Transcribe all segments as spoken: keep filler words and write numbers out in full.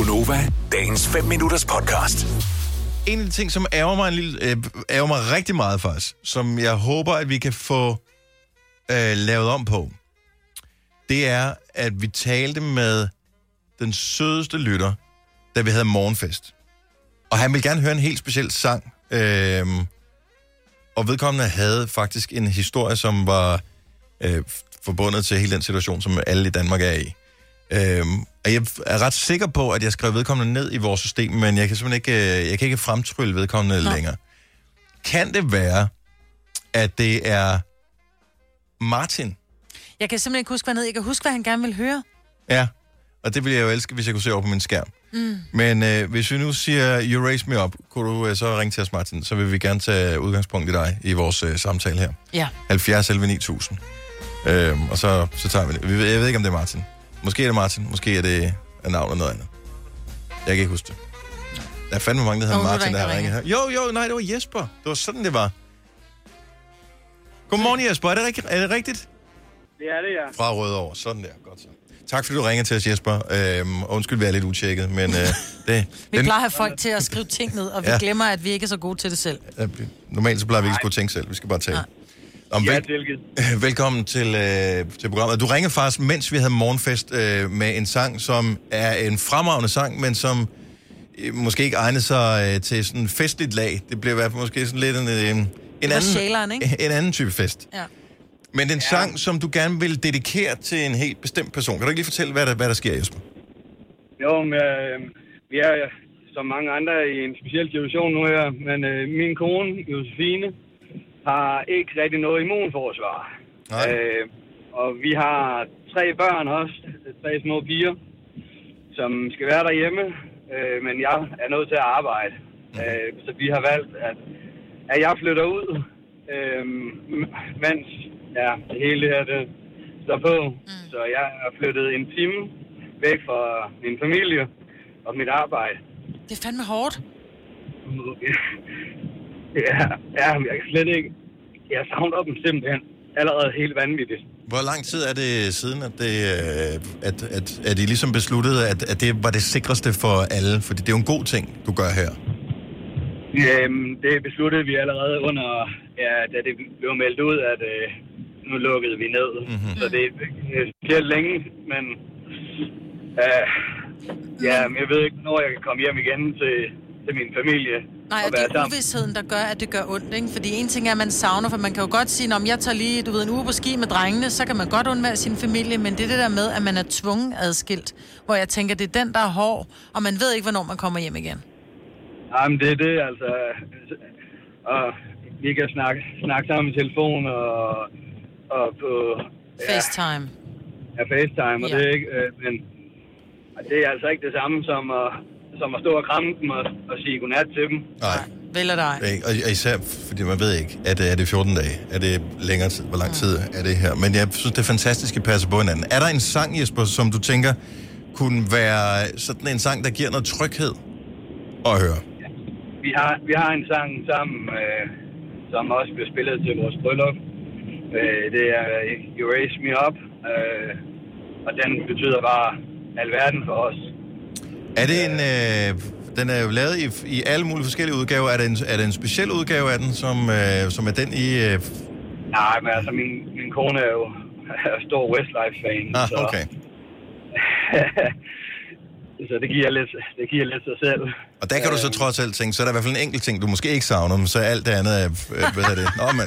Gunova, dagens fem minutters podcast. En af de ting, som ærger mig, en lille, øh, ærger mig rigtig meget faktisk, som jeg håber, at vi kan få øh, lavet om på, det er, at vi talte med den sødeste lytter, da vi havde morgenfest. Og han ville gerne høre en helt speciel sang. Øh, og vedkommende havde faktisk en historie, som var øh, forbundet til hele den situation, som alle i Danmark er i. Øhm, og jeg er ret sikker på, at jeg skrev vedkommende ned i vores system, men jeg kan simpelthen ikke, jeg kan ikke fremtrylle vedkommende Nå. længere. Kan det være, at det er Martin? Jeg kan simpelthen ikke huske, hvad han hed. Jeg kan huske, hvad han gerne vil høre. Ja, og det ville jeg jo elske, hvis jeg kunne se over på min skærm. Mm. Men øh, hvis vi nu siger, you raise me up, kunne du øh, så ringe til os, Martin, så vil vi gerne tage udgangspunkt i dig i vores øh, samtale her. Ja. halvfjerds elleve ni tusind. Øhm, og så, så tager vi det. Jeg ved ikke, om det er Martin. Måske er det Martin, måske er det en navn eller noget andet. Jeg kan ikke huske det. Der er fandme mange, der hedder oh, Martin, der har ringet her. Jo, jo, nej, det var Jesper. Det var sådan, det var. Godmorgen, Jesper. Er det, rig- er det rigtigt? Det er det, ja. Fra Rødovre. Sådan der. Godt så. Tak, fordi du ringer til os, Jesper. Øhm, undskyld, vi er lidt utjekket, men øh, det... Vi den... plejer at have folk til at skrive ting ned, og vi ja. glemmer, at vi ikke er så gode til det selv. Ja, normalt så plejer vi ikke at skulle tænke selv. Vi skal bare tale. Ja. Om ja, vel- velkommen til, øh, til programmet. Du ringede faktisk, mens vi havde morgenfest, øh, med en sang, som er en fremragende sang, men som øh, måske ikke egnede sig øh, til sådan en festligt lag. Det blev i hvert fald måske sådan lidt en, en, en, anden, sjæleren, ikke? en anden type fest. Ja. Men en ja. sang, som du gerne vil dedikere til en helt bestemt person. Kan du ikke lige fortælle, hvad der, hvad der sker, Jesper? Jo, men øh, vi er som mange andre i en speciel situation nu her, men øh, min kone, Josefine, har ikke rigtig noget immunforsvar. Øh, og vi har tre børn også, tre små piger, som skal være derhjemme, øh, men jeg er nødt til at arbejde. Mm. Øh, så vi har valgt, at, at jeg flytter ud, øh, mens ja, det hele det her det står på. Mm. Så jeg er flyttet en time væk fra min familie og mit arbejde. Det er fandme hårdt. Ja, ja, jeg kan slet ikke. Jeg savner dem simpelthen allerede helt vanvittigt. Hvor lang tid er det siden, at, det, at, at, at I ligesom besluttede, at, at det var det sikreste for alle? Fordi det er jo en god ting, du gør her. Jamen, det besluttede vi allerede under, ja, da det blev meldt ud, at øh, nu lukkede vi ned. Mm-hmm. Så det er specielt længe, men øh, ja, jeg ved ikke, når jeg kan komme hjem igen til, til min familie. Nej, og det er uvidsheden, der gør, at det gør ondt, ikke? Fordi en ting er, at man savner, for man kan jo godt sige, om jeg tager lige, du ved, en uge på ski med drengene, så kan man godt undvære sin familie, men det er det der med, at man er tvungen adskilt, hvor jeg tænker, det er den, der er hård, og man ved ikke, hvornår man kommer hjem igen. Jamen, det er det, altså. Og vi kan snakke, snakke sammen i telefon og, og på... Ja, FaceTime. Ja, FaceTime, og ja. Det er ikke... Øh, men det er altså ikke det samme som at... som at stå og kramme dem og, og sige godnat til dem. Nej. Vel og dig. Og især, fordi man ved ikke, er det, er det fjorten dage? Er det længere tid? Hvor lang tid er det her? Men jeg synes, det er fantastisk, at I passer på hinanden. Er der en sang, Jesper, som du tænker, kunne være sådan en sang, der giver noget tryghed at høre? Ja. Vi har, vi har en sang sammen, øh, som også bliver spillet til vores bryllup. Øh, det er You Raise Me Up, øh, og den betyder bare alverden for os. Er det en... Øh, den er jo lavet i, i alle mulige forskellige udgaver. Er det en, er det en speciel udgave af den, som, øh, som er den i... Øh... Nej, men altså, min, min kone er jo er stor Westlife-fan. Ah, okay. Så, så det giver lidt, det giver lidt sig selv. Og der kan du så trods alt tænke, så er der i hvert fald en enkelt ting, du måske ikke savner, men så alt det andet er... Øh, hvad er det? Nå, men...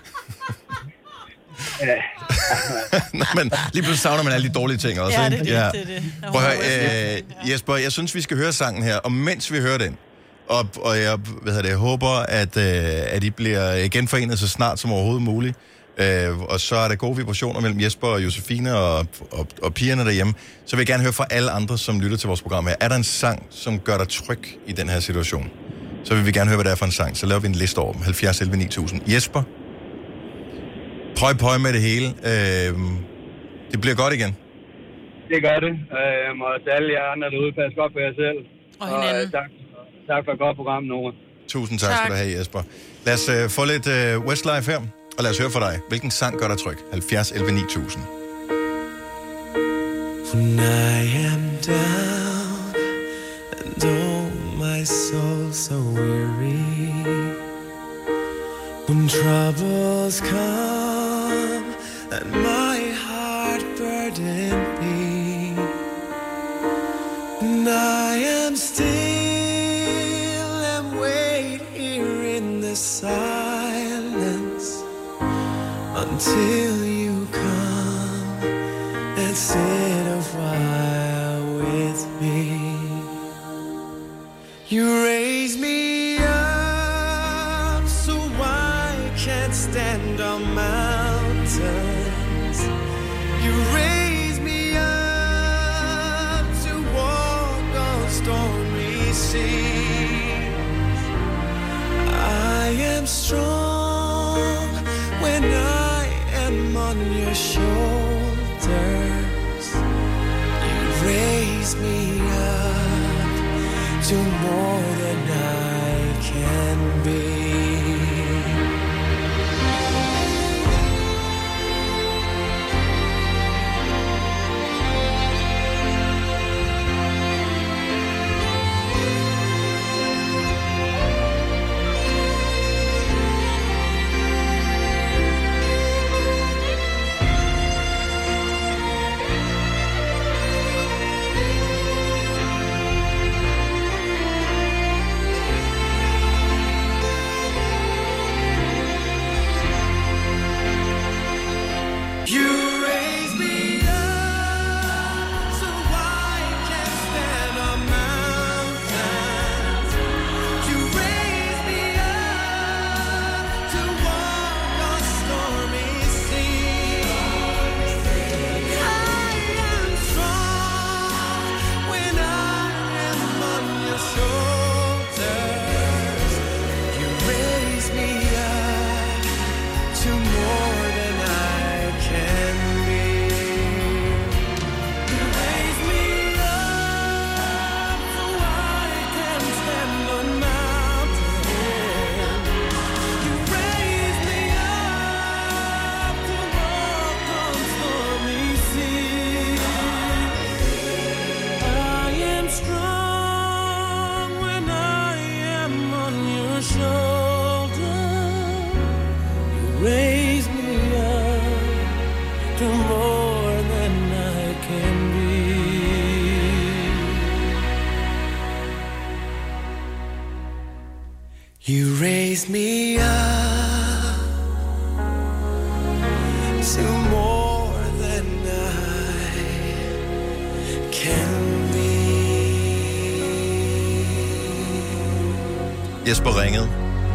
Ja. Nå, men lige pludselig savner man alle de dårlige ting også, ja, ikke? Det, ja, det er det. Prøv at høre, øh, Jesper, jeg synes, vi skal høre sangen her, og mens vi hører den, og, og jeg, hvad hedder det, jeg håber, at, øh, at I bliver genforenet så snart som overhovedet muligt, øh, og så er der gode vibrationer mellem Jesper og Josefine og, og, og pigerne derhjemme, så vil jeg gerne høre fra alle andre, som lytter til vores program her. Er der en sang, som gør dig tryg i den her situation? Så vil vi gerne høre, hvad det er for en sang. Så laver vi en liste over dem. halvfjerds elleve ni tusind. Jesper? Prøv pøj med det hele. Øh, det bliver godt igen. Det gør det. Øh, og til alle jer andre derude, pas godt for jer selv. Og hinanden. Og, tak, tak for et godt program, Nora. Tusind tak, tak skal du have, Jesper. Lad os øh, få lidt øh, Westlife her, og lad os høre fra dig. Hvilken sang gør dig tryg? halvfjerds elleve ni tusind. When I am down soul so weary. When troubles come and my heart burden be, and I am still and wait here in the silence until you come and sit a while with me. You raise me up so I can't stand on mountains. You raise me up to walk on stormy seas. I am strong when I am on your shoulders. You raise me up to more than I can be. You raise me up to more than I can be. Jesper ringede.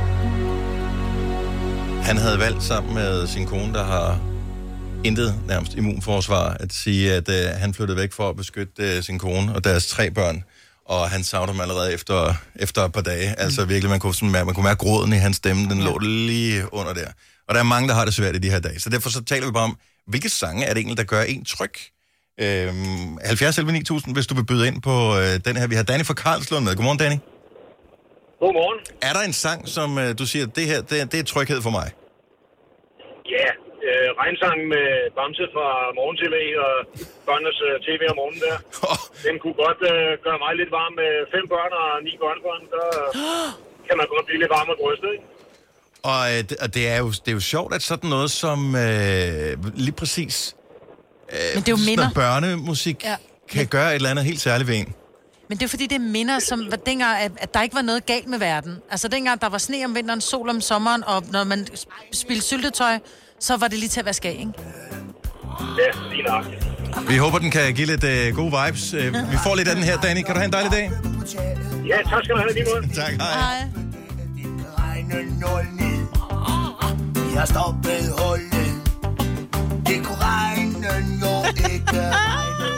Han havde valgt sammen med sin kone, der har intet nærmest immunforsvar, at sige, at øh, han flyttede væk for at beskytte øh, sin kone og deres tre børn. Og han savner dem allerede efter, efter et par dage. Mm. Altså virkelig, man kunne, sådan, man kunne mærke gråden i hans stemme, den ja. lå lige under der. Og der er mange, der har det svært i de her dage. Så derfor så taler vi bare om, hvilke sange er det egentlig, der gør en tryg? Øhm, halvfjerds elleve ni tusind, hvis du vil byde ind på øh, den her. Vi har Danny fra Karlslund med. Godmorgen, Danny. Godmorgen. Er der en sang, som øh, du siger, det her, det, det er tryghed for mig? Ja, øh, regnsangen med Bamse fra Morgen-T V og børnenes øh, T V om morgenen der. Oh. Den kunne godt øh, gøre mig lidt varm med fem børn og ni børnebørn. Der øh, kan man godt blive lidt varm og brystet, ikke? Og, øh, og det, er jo, det er jo sjovt, at sådan noget som øh, lige præcis øh, Men det er jo minder. børnemusik ja. kan gøre et eller andet helt særligt ved en. Men det er fordi, det minder, som var dengang, at der ikke var noget galt med verden. Altså dengang, der var sne om vinteren, sol om sommeren, og når man spildte syltetøj, så var det lige til at vaske af, ikke? Ja, lige nok. Vi håber, den kan give lidt uh, gode vibes. Uh, vi får lidt af den her, Danny. Kan du have en dejlig dag? Ja, tak skal du have, lige måde. Tak, hej. Hej. Vi har stoppet hullet. Det kunne regne, jo ikke regne.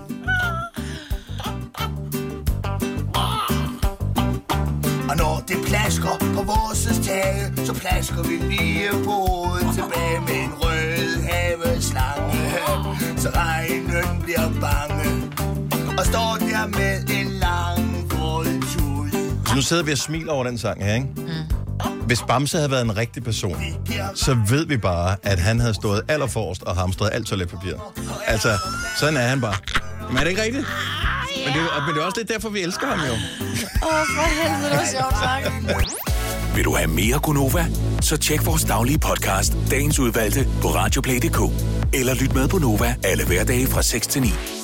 Og når det plasker på vores tage, så plasker vi lige på hovedet tilbage med en rød haveslange. Så regnen bliver bange og står der med en lang rød tud. Så nu sidder vi og smiler over den sang her, ikke? Mm. Hvis Bamse havde været en rigtig person, så ved vi bare, at han havde stået allerforrest og hamstret alt toiletpapir. Altså, sådan er han bare. Men er det ikke rigtigt? Men men, det er, men det er også lidt derfor, vi elsker ham jo. Åh, oh, for helvede, det var sjovt sagt. Vil du have mere Gunova? Så tjek vores daglige podcast, dagens udvalgte, på radioplay punktum d k. Eller lyt med på Nova alle hverdage fra seks til ni.